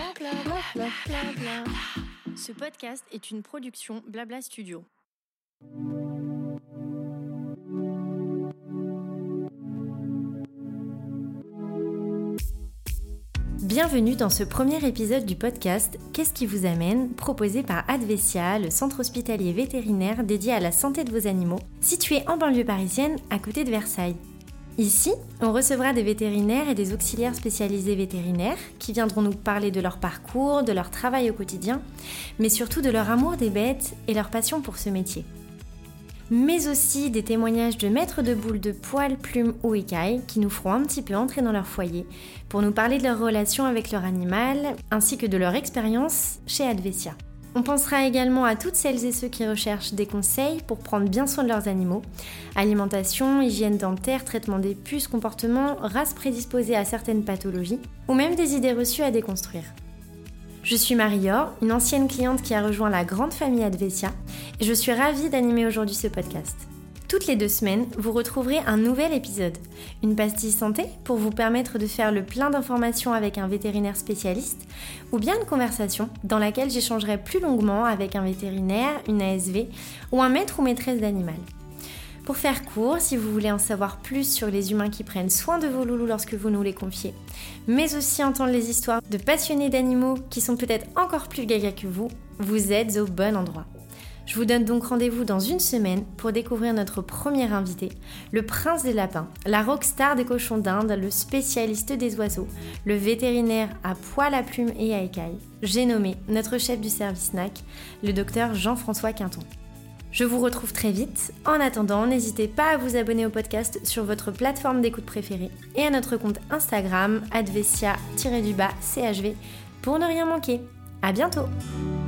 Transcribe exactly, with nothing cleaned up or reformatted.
Ce podcast est une production Blabla Studio. Bienvenue dans ce premier épisode du podcast Qu'est-ce qui vous amène, proposé par Advesia, le centre hospitalier vétérinaire dédié à la santé de vos animaux, situé en banlieue parisienne à côté de Versailles. Ici, on recevra des vétérinaires et des auxiliaires spécialisés vétérinaires qui viendront nous parler de leur parcours, de leur travail au quotidien, mais surtout de leur amour des bêtes et leur passion pour ce métier. Mais aussi des témoignages de maîtres de boules de poils, plumes ou écailles qui nous feront un petit peu entrer dans leur foyer pour nous parler de leur relation avec leur animal ainsi que de leur expérience chez Advesia. On pensera également à toutes celles et ceux qui recherchent des conseils pour prendre bien soin de leurs animaux. Alimentation, hygiène dentaire, traitement des puces, comportement, races prédisposées à certaines pathologies ou même des idées reçues à déconstruire. Je suis Marie-Laure, une ancienne cliente qui a rejoint la grande famille Advesia et je suis ravie d'animer aujourd'hui ce podcast. Toutes les deux semaines, vous retrouverez un nouvel épisode, une pastille santé pour vous permettre de faire le plein d'informations avec un vétérinaire spécialiste ou bien une conversation dans laquelle j'échangerai plus longuement avec un vétérinaire, une A S V ou un maître ou maîtresse d'animal. Pour faire court, si vous voulez en savoir plus sur les humains qui prennent soin de vos loulous lorsque vous nous les confiez, mais aussi entendre les histoires de passionnés d'animaux qui sont peut-être encore plus gaga que vous, vous êtes au bon endroit. Je vous donne donc rendez-vous dans une semaine pour découvrir notre premier invité, le prince des lapins, la rockstar des cochons d'Inde, le spécialiste des oiseaux, le vétérinaire à poil à plumes et à écailles. J'ai nommé notre chef du service S N A C, le docteur Jean-François Quinton. Je vous retrouve très vite. En attendant, n'hésitez pas à vous abonner au podcast sur votre plateforme d'écoute préférée et à notre compte Instagram advesia-C H V pour ne rien manquer. À bientôt!